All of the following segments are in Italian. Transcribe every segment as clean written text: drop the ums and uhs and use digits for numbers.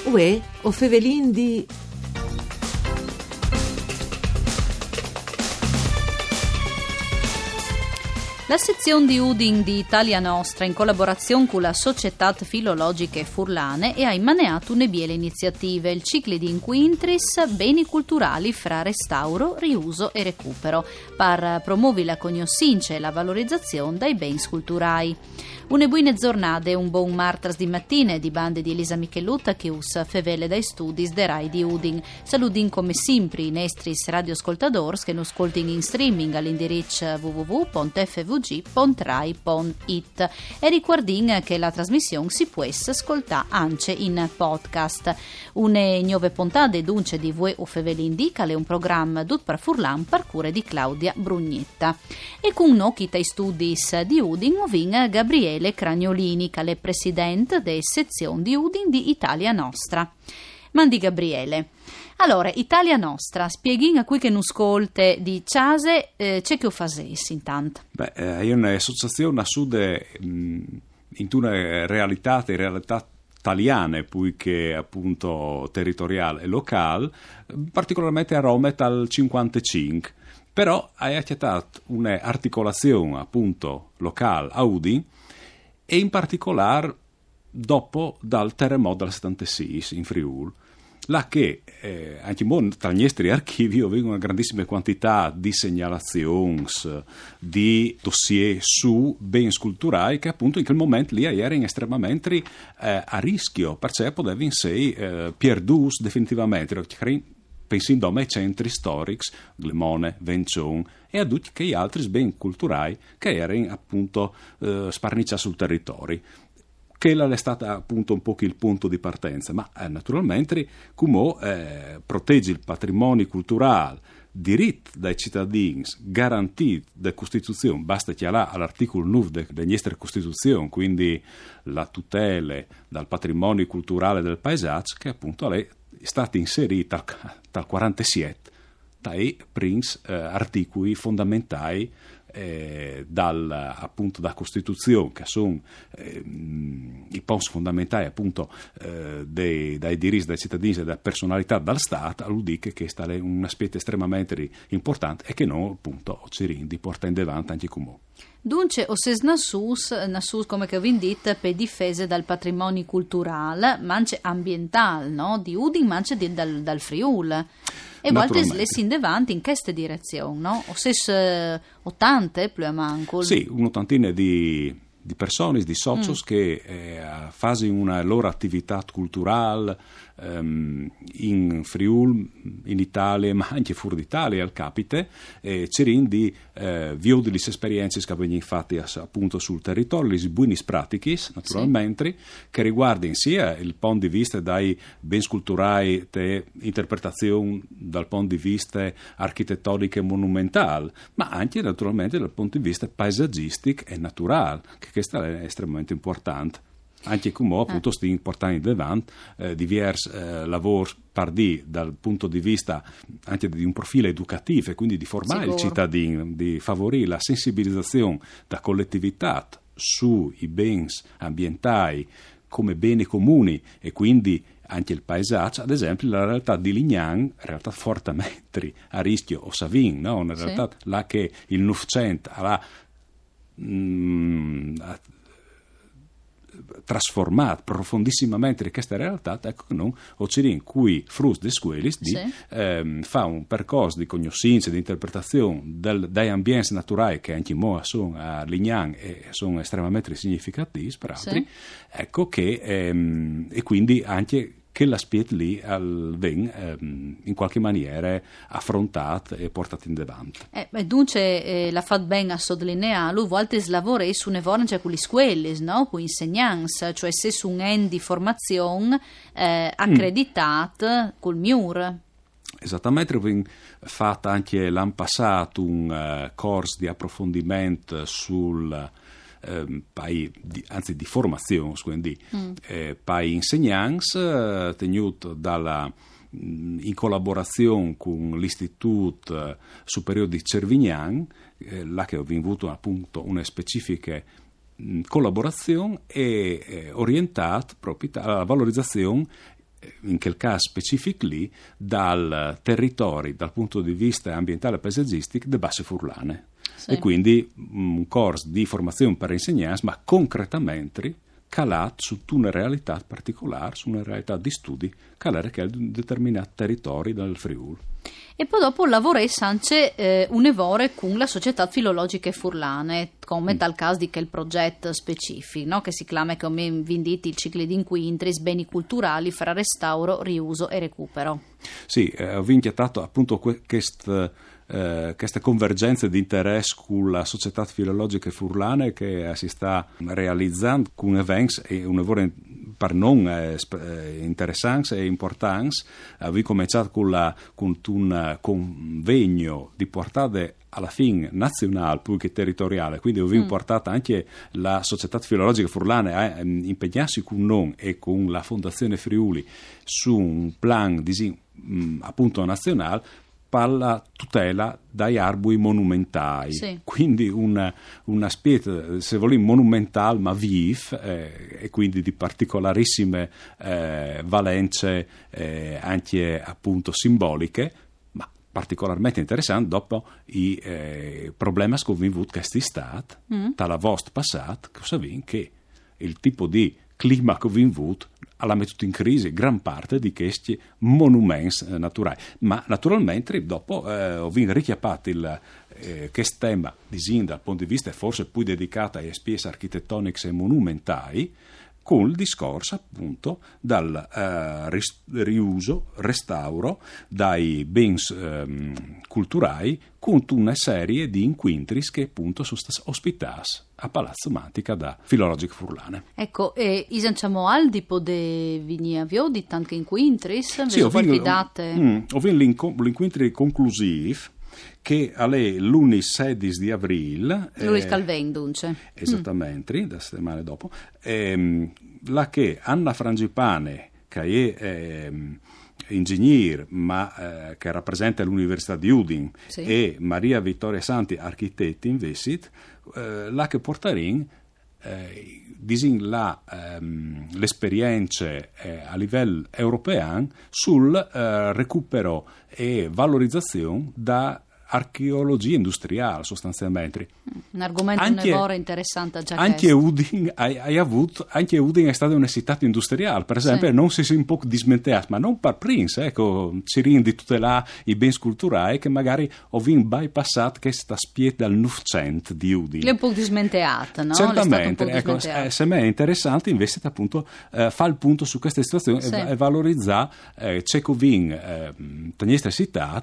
Uè, o fevelin di... La sezione di Udin di Italia Nostra, in collaborazione con la Società Filologiche Furlane, ha immaneato une biele iniziative, il ciclo di inquintris beni culturali fra restauro, riuso e recupero, per promuovere la cognoscenza e la valorizzazione dei beni culturali. Une buone giornate, un buon martras di mattina di bande di Elisa Michelutta che us fevele dai studi de Rai di Udin. Saludin come sempre i nostri radioascoltadores che nos ascoltino in streaming all'indirizzo www.fvg.rai.it e ricordin che la trasmissione si può ascoltare anche in podcast. Une nuove puntate dunque di Vue o Fevelin di che è un programma dut per Furlan per cure di Claudia Brugnetta. E con noi ai studi di Udin ovin Gabriele Cragnolini, che è presidente della sezione di Udin di Italia Nostra. Mandi Gabriele. Allora, Italia Nostra, spieghin a cui che non ascolte di Ciase, c'è che fasessi intanto? È un'associazione a sud in una realtà italiane, poiché appunto territoriale e locale, particolarmente a Roma dal 55. Però hai accettato un'articolazione appunto locale a Udin e in particolare dopo dal terremoto del 76 in Friuli, là che anche tra gli nostri archivi ho una grandissima quantità di segnalazioni, di dossier su beni culturali che appunto in quel momento lì erano estremamente a rischio, perché potevano essere perduti definitivamente. Pensando ai centri storici, Glemone, Vencione e a tutti gli altri beni culturali che erano appunto sparniciati sul territorio. Che è stato appunto un po' il punto di partenza, ma naturalmente come protegge il patrimonio culturale, diritto dai cittadini, garantito dalla Costituzione, basta chiarare all'articolo 9 della nostra Costituzione, quindi la tutela dal patrimonio culturale del paesaggio, che appunto è stata inserita dal 47 dai Prince articoli fondamentali appunto da Costituzione, che sono i punti fondamentali appunto dai diritti dei cittadini e della personalità dal Stato, all'UDIC, che è un aspetto estremamente importante e che noi appunto ci rende porta in avanti anche come. Dunque, o se nassus come che vi dite, per difese dal patrimonio culturale, ma anche ambientale, no? Di Udin, ma anche dal Friuli. E volte le si davanti in questa direzione, no? O se 80 più a manco. Sì, un'ottantina di persone, di socios che fanno una loro attività culturale in Friuli, in Italia, ma anche fuori d'Italia al capite, cercando di vivere delle esperienze che vengono fatte appunto sul territorio, le buone pratiche naturalmente, che riguardano sia il punto di vista dai beni culturali e interpretazione dal punto di vista architettonico e monumentale, ma anche naturalmente dal punto di vista paesaggistico e naturale, che questo è estremamente importante. Anche come appunto sti importanti davanti diversi lavori pardi dal punto di vista anche di un profilo educativo e quindi di formare il cittadino, di favorire la sensibilizzazione da collettività sui beni ambientali come beni comuni e quindi anche il paesaggio. Ad esempio la realtà di Lignan, realtà fortemente a rischio o Savin, no? Una realtà là che il Novecento ha trasformato profondissimamente questa realtà, ecco che non in cui frus de scuelis fa un percorso di conoscenza, di interpretazione dai ambienti naturali che anche mo sono a Lignan e sono estremamente significativi per altri, ecco che e quindi anche che l'aspetto lì viene in qualche maniera affrontato e portato in avanti. Dunque la fa bene a sottolinearlo, a volte lavora su ne vorne con le scuole, no? Con insegnanza, cioè se su un ente di formazione accreditato col MIUR. Esattamente, abbiamo fatto anche l'anno passato un corso di approfondimento sul di formazione, quindi pai insegnanti tenuto in collaborazione con l'Istituto Superiore di Cervignan, là che ho avuto appunto una specifica collaborazione e orientata proprio alla valorizzazione in quel caso specifico lì, dal territorio, dal punto di vista ambientale e paesaggistico, de Basse Furlane. Sì. E quindi un corso di formazione per insegnanti, ma concretamente calato su una realtà particolare, su una realtà di studi, calare che è un determinato territorio del Friuli. E poi dopo lavorei anche un'evore con la Società Filologiche Furlane, come tal caso di quel progetto specifico, no? Che si chiama come venditi il ciclo di inquintris, beni culturali fra restauro, riuso e recupero. Sì, ho inchiestato appunto queste convergenze di interesse con la Società Filologiche Furlane che si sta realizzando con eventi e un lavoro per non interessanti e importanti. Abbiamo cominciato con un convegno di portata alla fine nazionale più che territoriale, quindi abbiamo portato anche la Società Filologica Furlane a impegnarsi con noi e con la Fondazione Friuli su un plan appunto nazionale per la tutela dai arbui monumentali, sì. Quindi un aspetto, se vogliamo, monumentale ma vivo e quindi di particolarissime valenze anche appunto simboliche, ma particolarmente interessante dopo i problemi che abbiamo avuto quest'estate, dalla vostra passata, che sapete che il tipo di clima che abbiamo avuto ha messo in crisi gran parte di questi monumenti naturali. Ma naturalmente dopo ho richiappato questo tema dal punto di vista forse più dedicato ai aspetti architettonici e monumentali, con il discorso appunto dal riuso, restauro dai beni culturali con una serie di inquintris che appunto sono stati ospitati a Palazzo Mantica da Filologiche Furlane. Ecco, isanciamo al tipo de vignavio di tanti inquintris? Sì, ho visto l'inquintri conclusivo che alle lunedì 16 di aprile Luis Calven, dunque. Esattamente, da settimane dopo, la che Anna Frangipane, che è ingegnere, ma che rappresenta l'Università di Udine, sì, e Maria Vittoria Santi, architetti in Vesit, la che portarin l'esperienza a livello europeo sul recupero e valorizzazione da archeologia industriale sostanzialmente. Un argomento anche, interessante già anche Udine anche Udine è stata una città industriale, per esempio, sì. Non si è un po' dismentata, ma non per Prince, ecco, ci rende tutelare i beni culturali che magari ho bypassato questa spieta dal Novecento di Udine. È un po' dismentata, no? Certamente, ecco, se me è interessante invece appunto fa il punto su questa situazione, sì, e valorizzare Cecovin, Tagnesta città,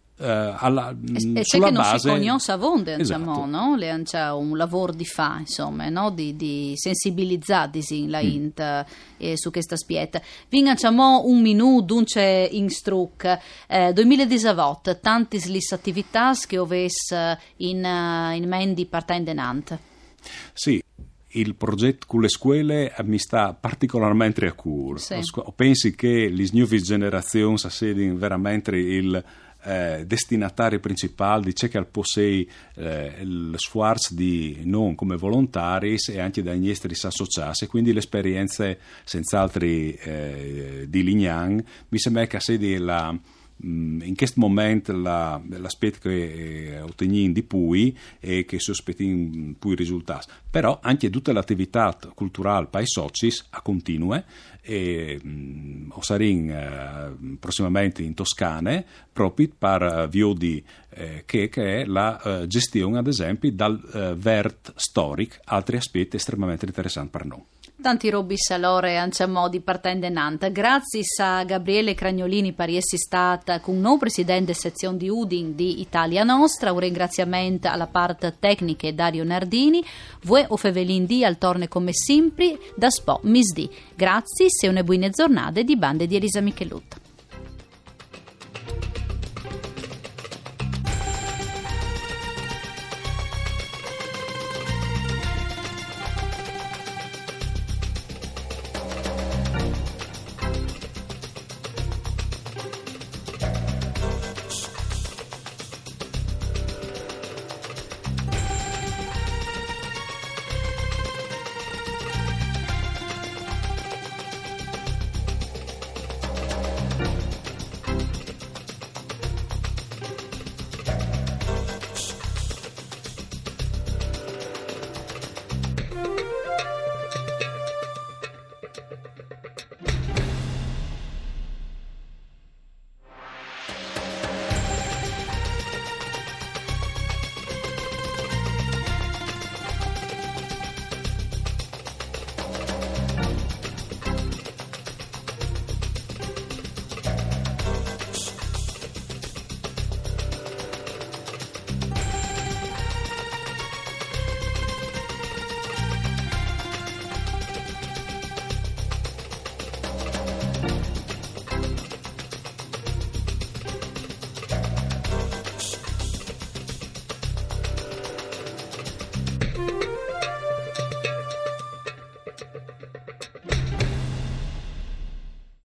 e c'è che non si conosce a vonde, esatto, no? Le c'è un lavoro di fa, insomma, no? di sensibilizzare su questa spieta. Vinciamo un minuto dunque in struc 2018 tanti lis attività che oves in mendi part-time denant. Sì, il progetto con le scuole mi sta particolarmente a cuore. Sì. Pensi che le nuove generazioni siano veramente il destinatario principale di ciò che possei lo sforzo di non come volontari e anche da esteri associati, e quindi le esperienze senz'altro di Lignan mi sembra che sia in questo momento l'aspetto che ottengono di Pui e che si aspettano poi risultati, però anche tutta l'attività culturale per i soci a continue e sarin prossimamente in Toscane proprio per Viodi che è la gestione ad esempio dal vert storico, altri aspetti estremamente interessanti per noi. Tanti robis allora anciamo di partendenanta. Grazie a Gabriele Cragnolini per essere stata con noi presidente sezione di Udine di Italia Nostra. Un ringraziamento alla parte tecnica Dario Nardini. Voi o Fevelin di al torne come sempre da Spo Misdi. Grazie e una buona giornata di bande di Elisa Michelutta.